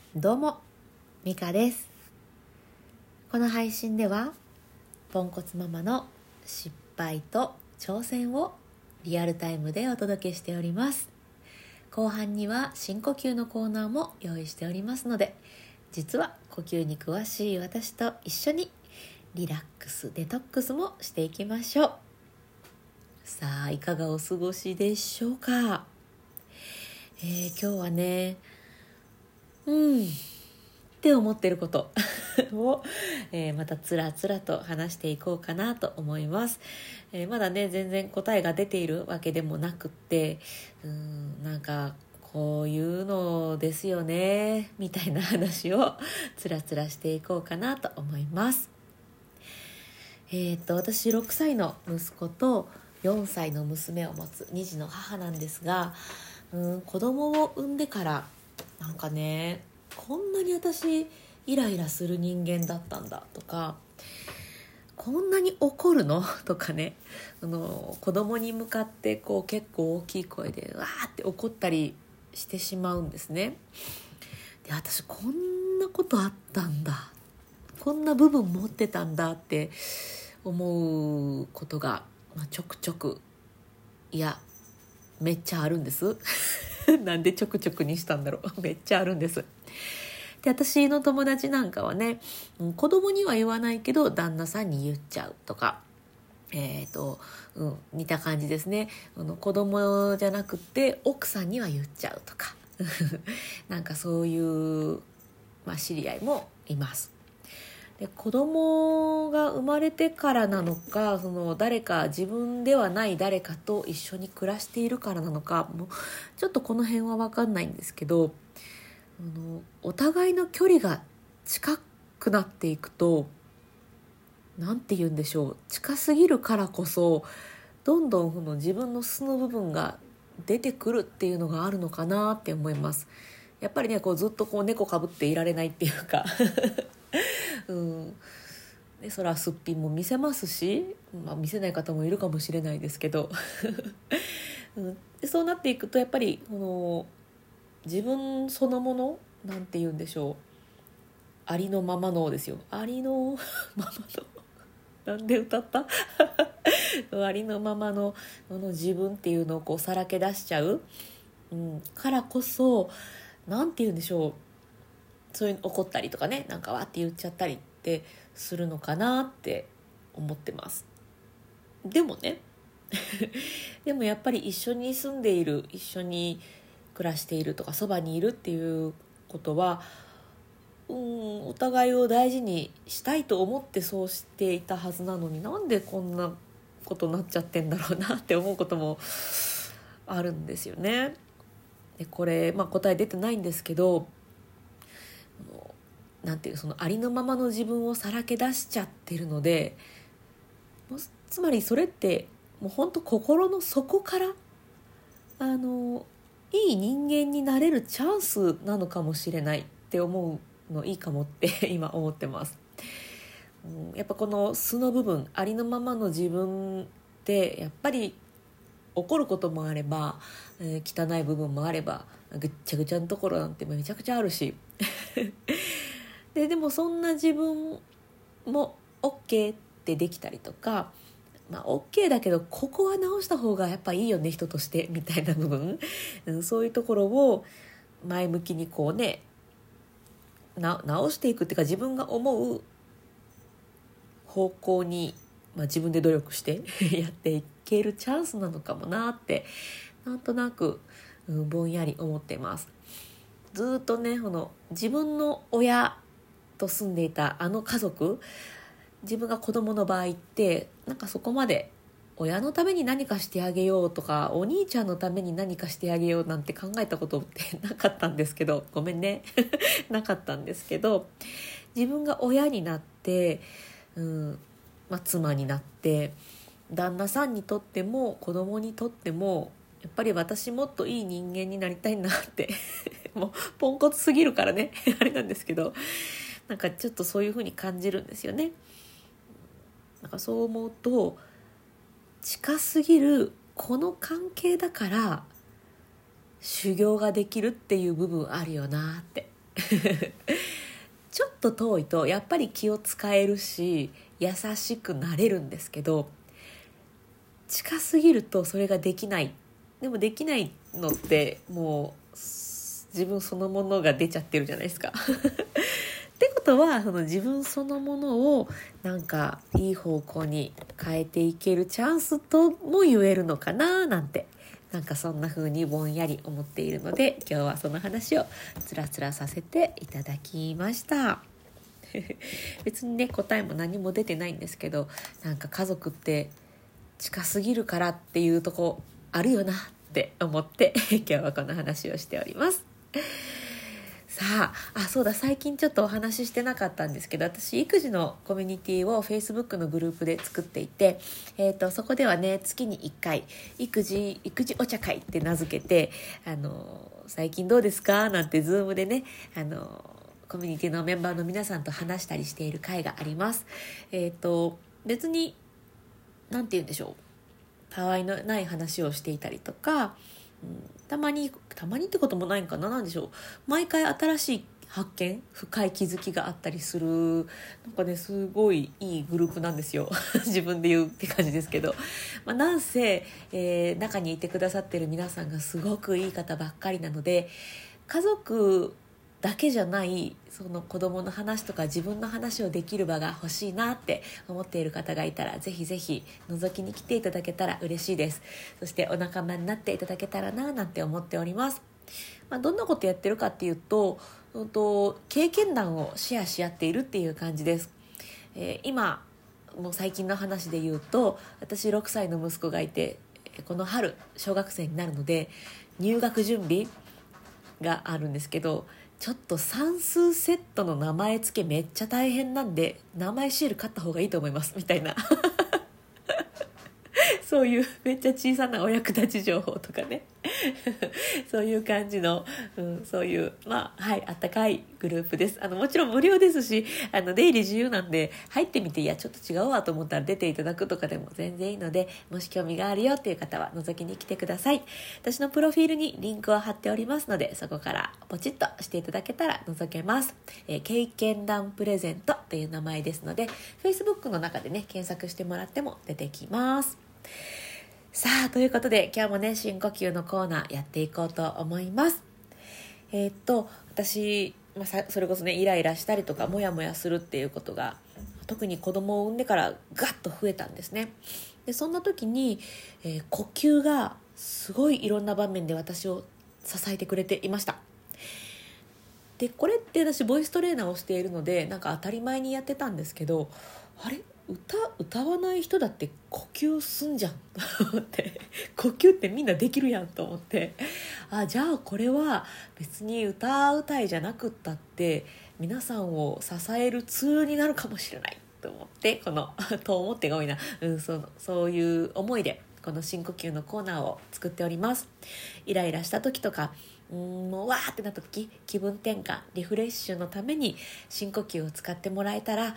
どうも、ミカです。この配信ではポンコツママの失敗と挑戦をリアルタイムでお届けしております。後半には深呼吸のコーナーも用意しておりますので、実は呼吸に詳しい私と一緒にリラックスデトックスもしていきましょう。さあ、いかがお過ごしでしょうか。今日はねって思ってることを、またつらつらと話していこうかなと思います。まだね全然答えが出ているわけでもなくって、なんかこういうのですよねみたいな話をつらつらしていこうかなと思います。私6歳の息子と4歳の娘を持つ2児の母なんですが、子供を産んでからなんかね、こんなに私イライラする人間だったんだとか、こんなに怒るのとかね、子供に向かってこう結構大きい声でわーって怒ったりしてしまうんですね。で、私こんなことあったんだ、こんな部分持ってたんだって思うことが、ちょくちょく、いやめっちゃあるんですなんでちょくちょくにしたんだろうめっちゃあるんです。で、私の友達なんかはね、子供には言わないけど旦那さんに言っちゃうとか、似た感じですね。子供じゃなくて奥さんには言っちゃうとかなんかそういう、知り合いもいます。で、子供が生まれてからなのか、誰か自分ではない誰かと一緒に暮らしているからなのか、もうちょっとこの辺は分かんないんですけど、お互いの距離が近くなっていくと、なんて言うんでしょう、近すぎるからこそどんどん自分の素の部分が出てくるっていうのがあるのかなって思います。やっぱりね、ずっと猫かぶっていられないっていうかで、それはすっぴんも見せますし、見せない方もいるかもしれないですけどで、そうなっていくとやっぱり自分そのもの、なんて言うんでしょう、ありのままのですよ。ありのままのなんで歌ったありのままの自分っていうのをさらけ出しちゃう、からこそ、なんて言うんでしょう、そういう怒ったりとかね、なんかわって言っちゃったりってするのかなって思ってます。でもねでもやっぱり一緒に住んでいる、一緒に暮らしているとか、そばにいるっていうことは、お互いを大事にしたいと思ってそうしていたはずなのに、なんでこんなことになっちゃってんだろうなって思うこともあるんですよね。で、これ、答え出てないんですけど、なんていう、そのありのままの自分をさらけ出しちゃってるので、つまりそれってもう本当心の底からいい人間になれるチャンスなのかもしれないって思うのいいかもって今思ってます。やっぱこの素の部分、ありのままの自分ってやっぱり怒ることもあれば、汚い部分もあれば、ぐっちゃぐちゃのところなんてめちゃくちゃあるしでもそんな自分も OK ってできたりとか、OK だけどここは直した方がやっぱいいよね人としてみたいな部分、そういうところを前向きに直していくっていうか、自分が思う方向に、自分で努力してやっていけるチャンスなのかもなって、なんとなく、ぼんやり思っています。ずっとね、自分の親と住んでいた家族、自分が子供の場合ってなんかそこまで親のために何かしてあげようとか、お兄ちゃんのために何かしてあげようなんて考えたことってなかったんですけど、ごめんねなかったんですけど、自分が親になって、妻になって旦那さんにとっても子供にとっても、やっぱり私もっといい人間になりたいなってもうポンコツすぎるからねあれなんですけど、なんかちょっとそういう風に感じるんですよね。なんかそう思うと、近すぎるこの関係だから修行ができるっていう部分あるよなって。 ちょっと遠いとやっぱり気を使えるし優しくなれるんですけど、近すぎるとそれができない。でもできないのってもう自分そのものが出ちゃってるじゃないですかってことはその自分そのものをなんかいい方向に変えていけるチャンスとも言えるのかななんて、なんかそんな風にぼんやり思っているので、今日はその話をつらつらさせていただきました別にね答えも何も出てないんですけど、なんか家族って近すぎるからっていうとこあるよなって思って今日はこの話をしております。さあ、そうだ、最近ちょっとお話ししてなかったんですけど、私育児のコミュニティを Facebook のグループで作っていて、そこではね月に1回育児お茶会って名付けて、最近どうですかなんてズームでね、コミュニティのメンバーの皆さんと話したりしている会があります。別になんて言うんでしょう、たわいのない話をしていたりとか、たまにってこともないんかな、なんでしょう、毎回新しい発見、深い気づきがあったりする、なんかねすごいいいグループなんですよ自分で言うって感じですけど、なんせ、中にいてくださってる皆さんがすごくいい方ばっかりなので、家族だけじゃないその子供の話とか自分の話をできる場が欲しいなって思っている方がいたら、ぜひぜひ覗きに来ていただけたら嬉しいです。そしてお仲間になっていただけたらななんて思っております。どんなことやってるかっていうと、経験談をシェアし合っているっていう感じです。今もう最近の話で言うと、私6歳の息子がいて、この春小学生になるので入学準備があるんですけど、ちょっと算数セットの名前付けめっちゃ大変なんで名前シール買った方がいいと思いますみたいなそういうめっちゃ小さなお役立ち情報とかねそういう感じの、そういうあったかいグループです。もちろん無料ですし、出入り自由なんで、入ってみていやちょっと違うわと思ったら出ていただくとかでも全然いいので、もし興味があるよっていう方は覗きに来てください。私のプロフィールにリンクを貼っておりますので、そこからポチッとしていただけたら覗けます。経験談プレゼントという名前ですので、 Facebook の中でね検索してもらっても出てきます。さあ、ということで今日もね深呼吸のコーナーやっていこうと思います。私、それこそねイライラしたりとかモヤモヤするっていうことが特に子供を産んでからガッと増えたんですね。でそんな時に、呼吸がすごいいろんな場面で私を支えてくれていました。でこれって私ボイストレーナーをしているのでなんか当たり前にやってたんですけど、あれ歌わない人だって呼吸すんじゃんと思って、呼吸ってみんなできるやんと思って、じゃあこれは別に歌うたいじゃなくったって皆さんを支えるツールになるかもしれないと思って、このと思ってが多いな、そういう思いでこの深呼吸のコーナーを作っております。イライラした時とかもうわーってなった時、気分転換リフレッシュのために深呼吸を使ってもらえたら、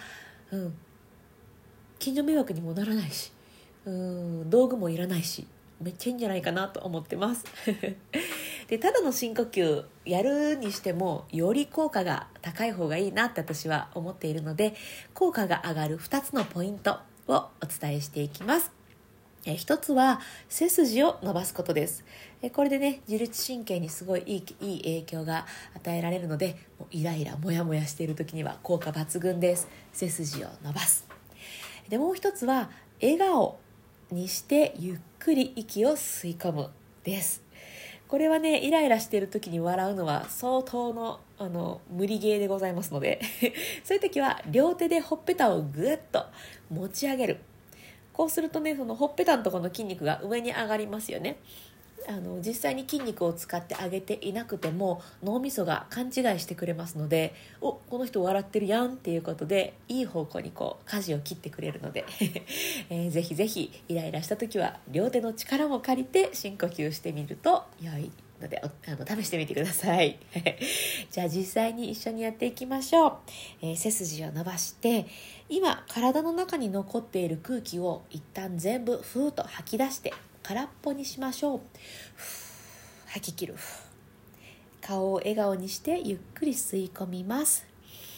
近所迷惑にもならないし、道具もいらないし、めっちゃいいんじゃないかなと思ってますでただの深呼吸やるにしてもより効果が高い方がいいなって私は思っているので、効果が上がる2つのポイントをお伝えしていきます。一つは背筋を伸ばすことです。これでね自律神経にすごいいい影響が与えられるので、もうイライラモヤモヤしている時には効果抜群です。背筋を伸ばす。でもう一つは笑顔にしてゆっくり息を吸い込むです。これはねイライラしている時に笑うのは相当の無理ゲーでございますのでそういう時は両手でほっぺたをぐっと持ち上げる。こうするとねそのほっぺたのところの筋肉が上に上がりますよね。実際に筋肉を使ってあげていなくても脳みそが勘違いしてくれますので、この人笑ってるやんっていうことでいい方向に舵を切ってくれるので、ぜひぜひイライラした時は両手の力も借りて深呼吸してみると良いので試してみてくださいじゃあ実際に一緒にやっていきましょう。背筋を伸ばして今体の中に残っている空気を一旦全部ふーっと吐き出して空っぽにしましょう。吐き切る。 顔を笑顔にしてゆっくり吸い込みます。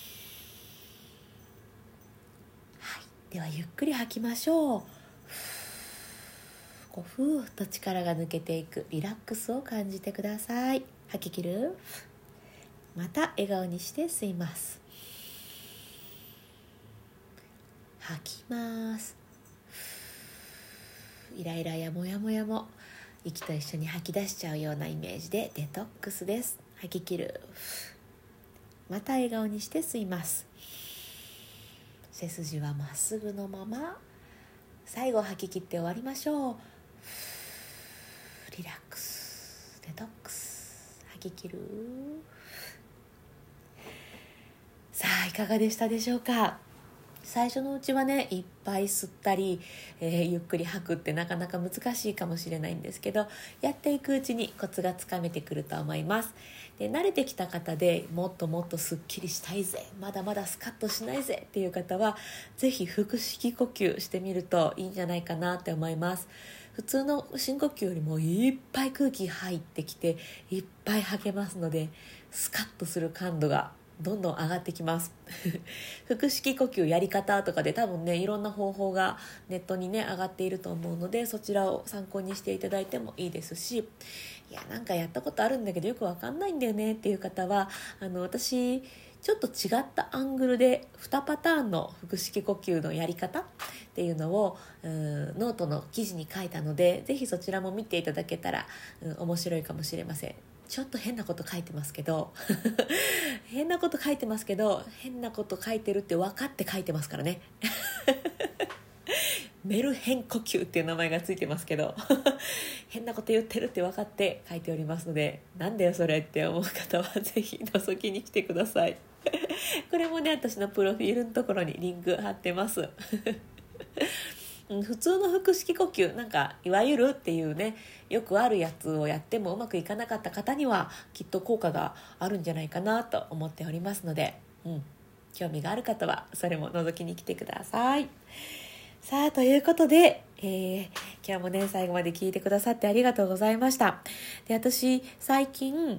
はい、ではゆっくり吐きましょう。ふーっと力が抜けていくリラックスを感じてください。吐き切る。また笑顔にして吸います。吐きます。イライラやモヤモヤも息と一緒に吐き出しちゃうようなイメージでデトックスです。吐き切る。また笑顔にして吸います。背筋はまっすぐのまま、最後吐き切って終わりましょう。リラックス、デトックス、吐き切る。さあいかがでしたでしょうか。最初のうちはね、いっぱい吸ったり、ゆっくり吐くってなかなか難しいかもしれないんですけど、やっていくうちにコツがつかめてくると思います。で、慣れてきた方でもっともっとすっきりしたいぜ、まだまだスカッとしないぜっていう方は、ぜひ腹式呼吸してみるといいんじゃないかなって思います。普通の深呼吸よりもいっぱい空気入ってきていっぱい吐けますので、スカッとする感度がどんどん上がってきます腹式呼吸やり方とかで多分ね、いろんな方法がネットにね上がっていると思うので、そちらを参考にしていただいてもいいですし、いやなんかやったことあるんだけどよくわかんないんだよねっていう方は、私ちょっと違ったアングルで2パターンの腹式呼吸のやり方っていうのをノートの記事に書いたので、ぜひそちらも見ていただけたら面白いかもしれません。ちょっと変なこと書いてますけど変なこと書いてるって分かって書いてますからねメルヘン呼吸っていう名前がついてますけど変なこと言ってるって分かって書いておりますので、なんだよそれって思う方はぜひ覗きに来てくださいこれもね、私のプロフィールのところにリンク貼ってます普通の腹式呼吸、なんかいわゆるっていうね、よくあるやつをやってもうまくいかなかった方にはきっと効果があるんじゃないかなと思っておりますので、興味がある方はそれも覗きに来てください。さあということで、今日もね最後まで聞いてくださってありがとうございました。で、私最近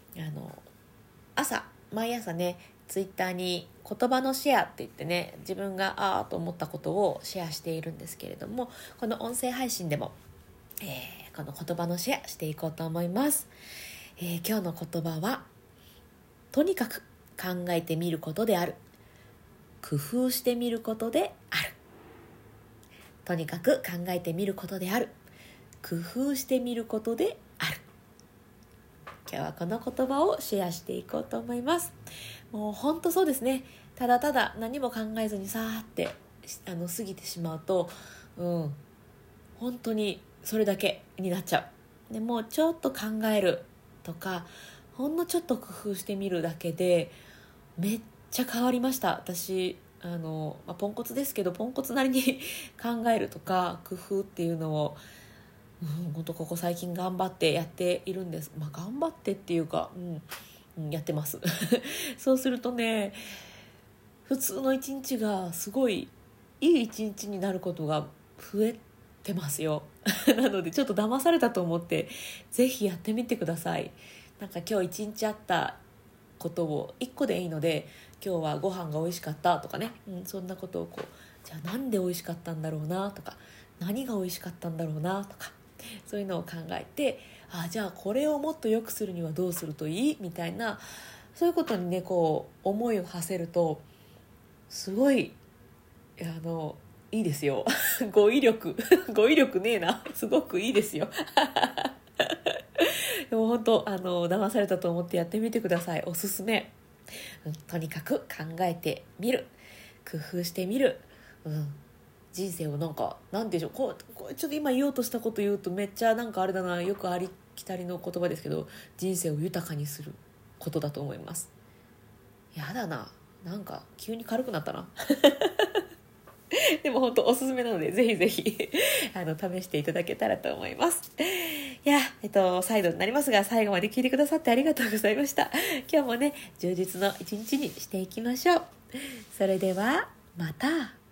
毎朝ねツイッターに言葉のシェアって言ってね、自分がと思ったことをシェアしているんですけれども、この音声配信でも、この言葉のシェアしていこうと思います。今日の言葉は、とにかく考えてみることである。工夫してみることである。とにかく考えてみることである。工夫してみることである。今日はこの言葉をシェアしていこうと思います。もう本当そうですね。ただただ何も考えずにさーって過ぎてしまうと、本当にそれだけになっちゃう。でもちょっと考えるとか、ほんのちょっと工夫してみるだけでめっちゃ変わりました。私ポンコツですけど、ポンコツなりに考えるとか工夫っていうのを本当ここ最近頑張ってやっているんです。頑張ってっていうか、やってますそうするとね、普通の一日がすごいいい一日になることが増えてますよなのでちょっと騙されたと思ってぜひやってみてください。なんか今日一日あったことを1個でいいので、今日はご飯が美味しかったとかね、そんなことをじゃあなんで美味しかったんだろうなとか、何が美味しかったんだろうなとか、そういうのを考えて、じゃあこれをもっと良くするにはどうするといいみたいな、そういうことにね思いを馳せるとすごいいいですよ語彙力ねえな、すごくいいですよでも本当騙されたと思ってやってみてください。おすすめ。とにかく考えてみる、工夫してみる、人生をなんでしょう、ちょっと今言おうとしたこと言うとめっちゃあれだな、よくありきたりの言葉ですけど、人生を豊かにすることだと思います。やだな、急に軽くなったなでも本当おすすめなのでぜひぜひ試していただけたらと思います。いや、再度になりますが最後まで聞いてくださってありがとうございました。今日もね充実の一日にしていきましょう。それではまた。